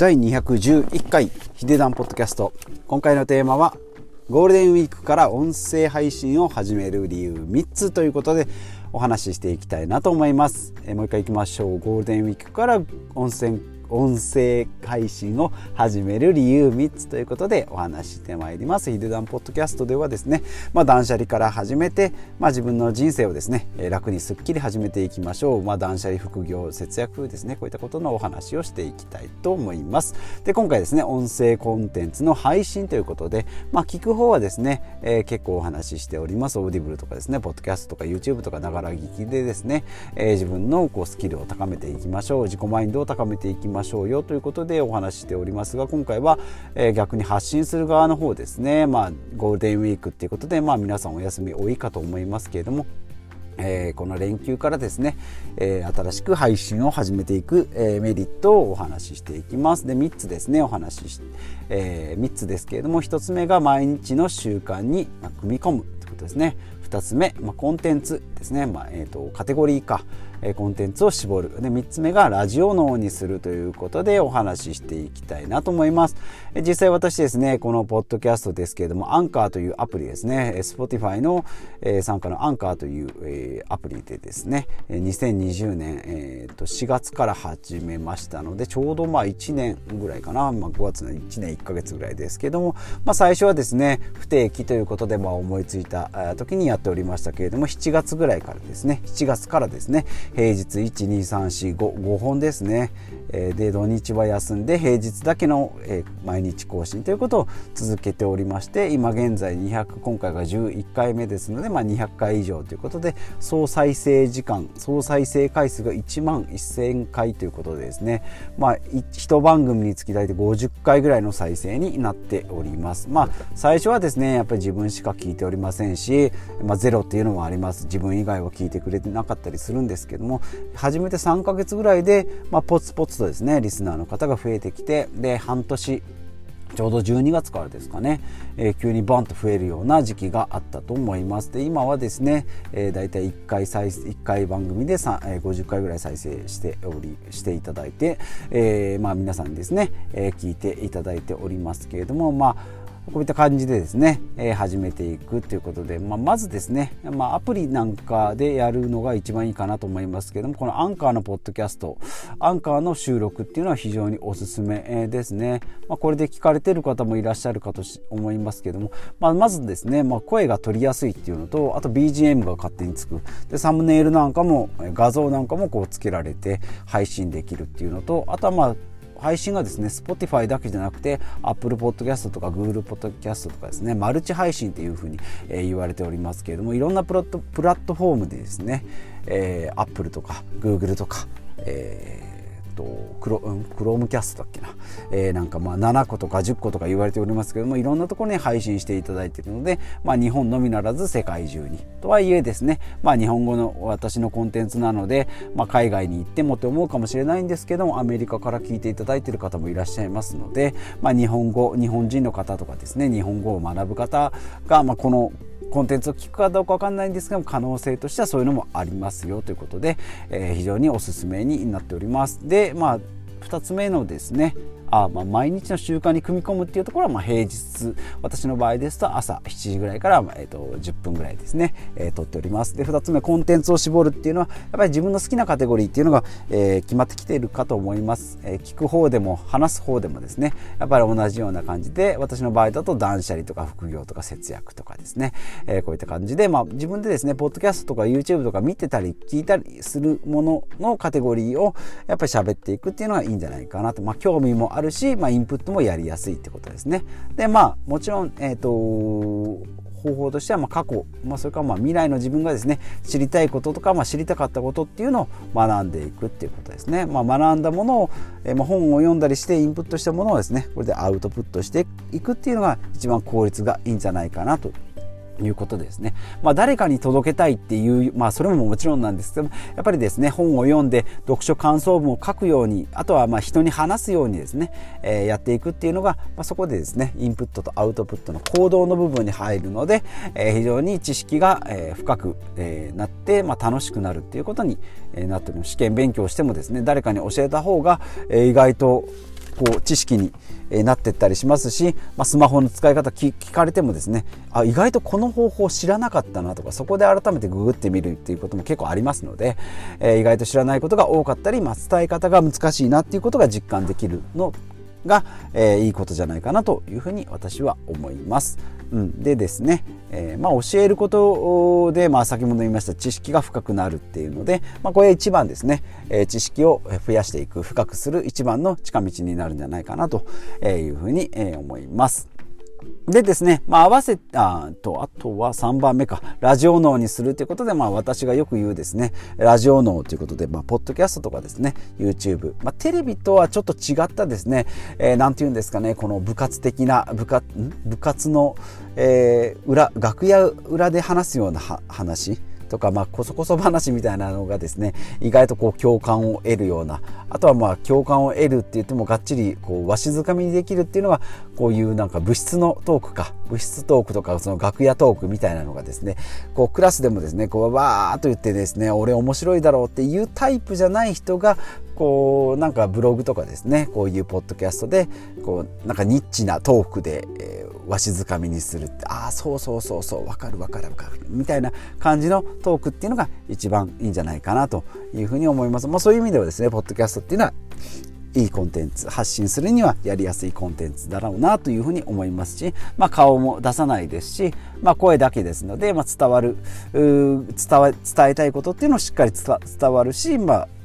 第211回ヒデダンポッドキャスト。今回のテーマはゴールデンウィークから音声配信を始める理由3つということでお話ししていきたいなと思います。もう一回いきましょう。ゴールデンウィークから音声配信を始める理由3つということでお話ししてまいります。ヒデダンポッドキャストではですね、断捨離から始めて、自分の人生をですね楽にすっきり始めていきましょう。断捨離、副業、節約ですね、こういったことのお話をしていきたいと思います。で、今回ですね、音声コンテンツの配信ということで、聞く方はですね、結構お話ししております。オーディブルとかですね、ポッドキャストとか YouTube とかながら聞きでですね、自分のスキルを高めていきましょう。自己マインドを高めていきましょうよということでお話ししておりますが、今回は、逆に発信する側の方ですね。ゴールデンウィークっていうことで、皆さんお休み多いかと思いますけれども、この連休からですね、新しく配信を始めていく、メリットをお話ししていきます。で、3つですね、お話しして、3つですけれども、1つ目が毎日の習慣に組み込むということですね。2つ目、コンテンツですね、カテゴリー化、コンテンツを絞る。で、3つ目がラジオ脳にするということでお話ししていきたいなと思います。実際私ですね、このポッドキャストですけれども、アンカーというアプリですね、Spotify の傘下のアンカーというアプリでですね、2020年4月から始めましたので、ちょうど1年ぐらいかな、5月の1年1ヶ月ぐらいですけども、最初はですね、不定期ということで思いついた時にやっておりましたけれども、7月からですね、平日 1,2,3,4,5 本ですね、で土日は休んで平日だけの毎日更新ということを続けておりまして、今現在今回が11回目ですので、200回以上ということで、総再生回数が11,000回ということでですね、一番組につき大体50回ぐらいの再生になっております。最初はですね、やっぱり自分しか聞いておりませんし、ゼロっていうのもあります。自分以外は聞いてくれてなかったりするんですけども、始めて3ヶ月ぐらいで、ポツポツとですねリスナーの方が増えてきて、で半年ちょうど12月からですかね、急にバンと増えるような時期があったと思います。で、今はですね、だいたい1回番組で50回ぐらい再生していただいて、皆さんにですね、聞いていただいておりますけれども、こういった感じでですね、始めていくということで、まずですね、アプリなんかでやるのが一番いいかなと思いますけれども、このアンカーのポッドキャスト、アンカーの収録っていうのは非常におすすめですね。これで聞かれている方もいらっしゃるかと思いますけれども、まずですね、声が取りやすいっていうのと、あと BGM が勝手につく。で、サムネイルなんかも画像なんかもつけられて配信できるっていうのと、あとは配信がですね Spotify だけじゃなくて Apple Podcast とか Google Podcast とかですね、マルチ配信っていうふうに言われておりますけれども、いろんなプラットフォームでですね、Apple とか Google とかクロームキャストだっけな、なんか7個とか10個とか言われておりますけども、いろんなところに配信していただいているので、日本のみならず世界中にとはいえですね、日本語の私のコンテンツなので、海外に行ってもって思うかもしれないんですけども、アメリカから聞いていただいている方もいらっしゃいますので、日本人の方とかですね、日本語を学ぶ方が、このコンテンツを聞くかどうか分かんないんですが、可能性としてはそういうのもありますよということで、非常におすすめになっております。で、2つ目のですね、毎日の習慣に組み込むっていうところは、平日、私の場合ですと朝7時ぐらいから、10分ぐらいですね、撮っております。で、2つ目、コンテンツを絞るっていうのはやっぱり自分の好きなカテゴリーっていうのが、決まってきているかと思います。聞く方でも話す方でもですね、やっぱり同じような感じで、私の場合だと断捨離とか副業とか節約とかですね、こういった感じで、自分でですねポッドキャストとか YouTube とか見てたり聞いたりするもののカテゴリーをやっぱり喋っていくっていうのがいいんじゃないかなと。興味もあるし、インプットもやりやすいってことですね。で、もちろん、方法としては過去、それから未来の自分がですね知りたいこととか、知りたかったことっていうのを学んでいくっていうことですね。学んだものを、本を読んだりしてインプットしたものをですねこれでアウトプットしていくっていうのが一番効率がいいんじゃないかなということですね。誰かに届けたいっていう、それももちろんなんですけども、やっぱりですね本を読んで読書感想文を書くように、あとは人に話すようにですね、やっていくっていうのが、そこでですねインプットとアウトプットの行動の部分に入るので、非常に知識が、深く、なって、楽しくなるっていうことになっております。試験勉強してもですね誰かに教えた方が、意外とこう知識になっていったりしますし、スマホの使い方聞かれてもですね、意外とこの方法知らなかったなとか、そこで改めてググってみるっていうことも結構ありますので、意外と知らないことが多かったり、伝え方が難しいなっていうことが実感できるのが、いいことじゃないかなというふうに私は思います。でですね、教えることで、先ほど言いました知識が深くなるっていうので、これ一番ですね、知識を増やしていく、深くする一番の近道になるんじゃないかなというふうに思います。でですね、合わせあとは3番目か、ラジオ脳にするということで、私がよく言うですね、ラジオ脳ということで、ポッドキャストとかですね、YouTube、テレビとはちょっと違ったですね、なんていうんですかね、この部活的な部活の、楽屋裏で話すような話とか、こそこそ話みたいなのがですね、意外とこう共感を得るような、あとは共感を得るって言ってもがっちりこうわしづかみにできるっていうのが、こういうなんか物質トークとか、その楽屋トークみたいなのがですね、こうクラスでもですね、こうわーっと言ってですね、俺面白いだろうっていうタイプじゃない人が、こうなんかブログとかですね、こういうポッドキャストでこうなんかニッチなトークで、わしづかみにするって、そうわかるみたいな感じのトークっていうのが一番いいんじゃないかなというふうに思います。そういう意味ではですね、ポッドキャストっていうのはいいコンテンツ、発信するにはやりやすいコンテンツだろうなというふうに思いますし、顔も出さないですし、声だけですので、伝えたいことっていうのをしっかり伝わるし、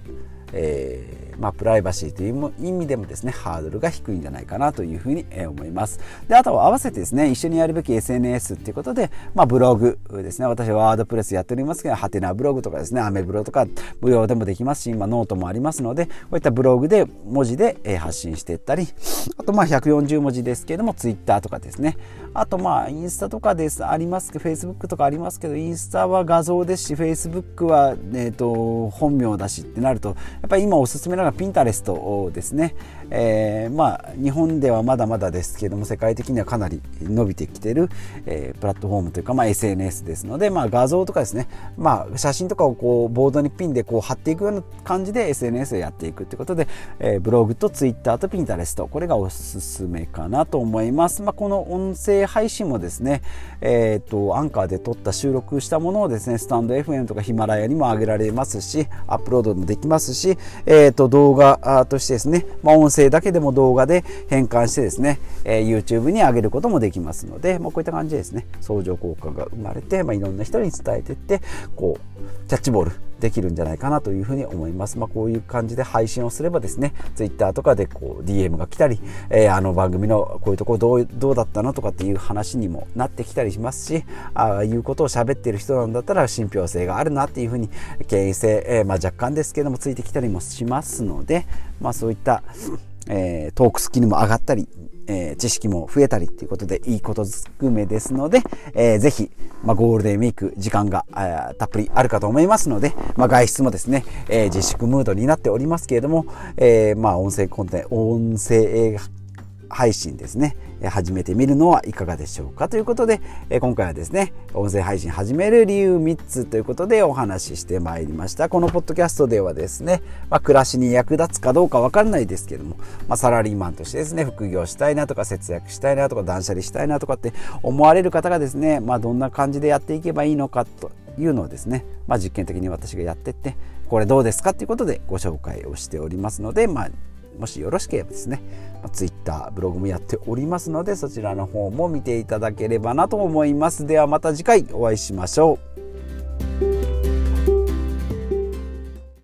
プライバシーという意味でもですね、ハードルが低いんじゃないかなというふうに思います。で、あとは合わせてですね、一緒にやるべき SNS っていうことで、ブログですね、私はワードプレスやっておりますけど、ハテナブログとかですね、アメブロとか無料でもできますし、今ノートもありますので、こういったブログで文字で発信していったり、あと140文字ですけれども、ツイッターとかですね、あとインスタとかありますけど、フェイスブックとかありますけど、インスタは画像ですし、フェイスブックは本名だしってなると、やっぱり今おすすめなのがピンタレストですね。日本ではまだまだですけども、世界的にはかなり伸びてきている、プラットフォームというか、SNS ですので、画像とかですね、写真とかをこうボードにピンでこう貼っていくような感じで SNS をやっていくということで、ブログとツイッターとピンタレスト、これがおすすめかなと思います。この音声配信もですね、アンカーで撮った収録したものをですね、スタンド FM とかヒマラヤにも上げられますし、アップロードもできますし、動画としてですね、音声だけでも動画で変換してですね、YouTube に上げることもできますので、こういった感じでですね、相乗効果が生まれて、いろんな人に伝えていってこうキャッチボールできるんじゃないかなというふうに思います。こういう感じで配信をすればですね、Twitter とかでこう DM が来たり、あの番組のこういうところどうだったのとかっていう話にもなってきたりしますし、ああいうことを喋ってる人なんだったら信憑性があるなっていうふうに権威性、若干ですけどもついてきたりもしますので、そういった、トークスキルも上がったり、知識も増えたりということでいいことずくめですので、ぜひ、ゴールデンウィーク時間がたっぷりあるかと思いますので、外出もですね、自粛ムードになっておりますけれども、音声配信ですね、始めてみるのはいかがでしょうかということで、今回はですね、音声配信始める理由3つということでお話ししてまいりました。このポッドキャストではですね、暮らしに役立つかどうか分かんないですけども、サラリーマンとしてですね、副業したいなとか節約したいなとか断捨離したいなとかって思われる方がですね、どんな感じでやっていけばいいのかというのをですね、実験的に私がやっていって、これどうですかということでご紹介をしておりますので、もしよろしければですね、Twitter、ブログもやっておりますので、そちらの方も見ていただければなと思います。ではまた次回お会いしましょう。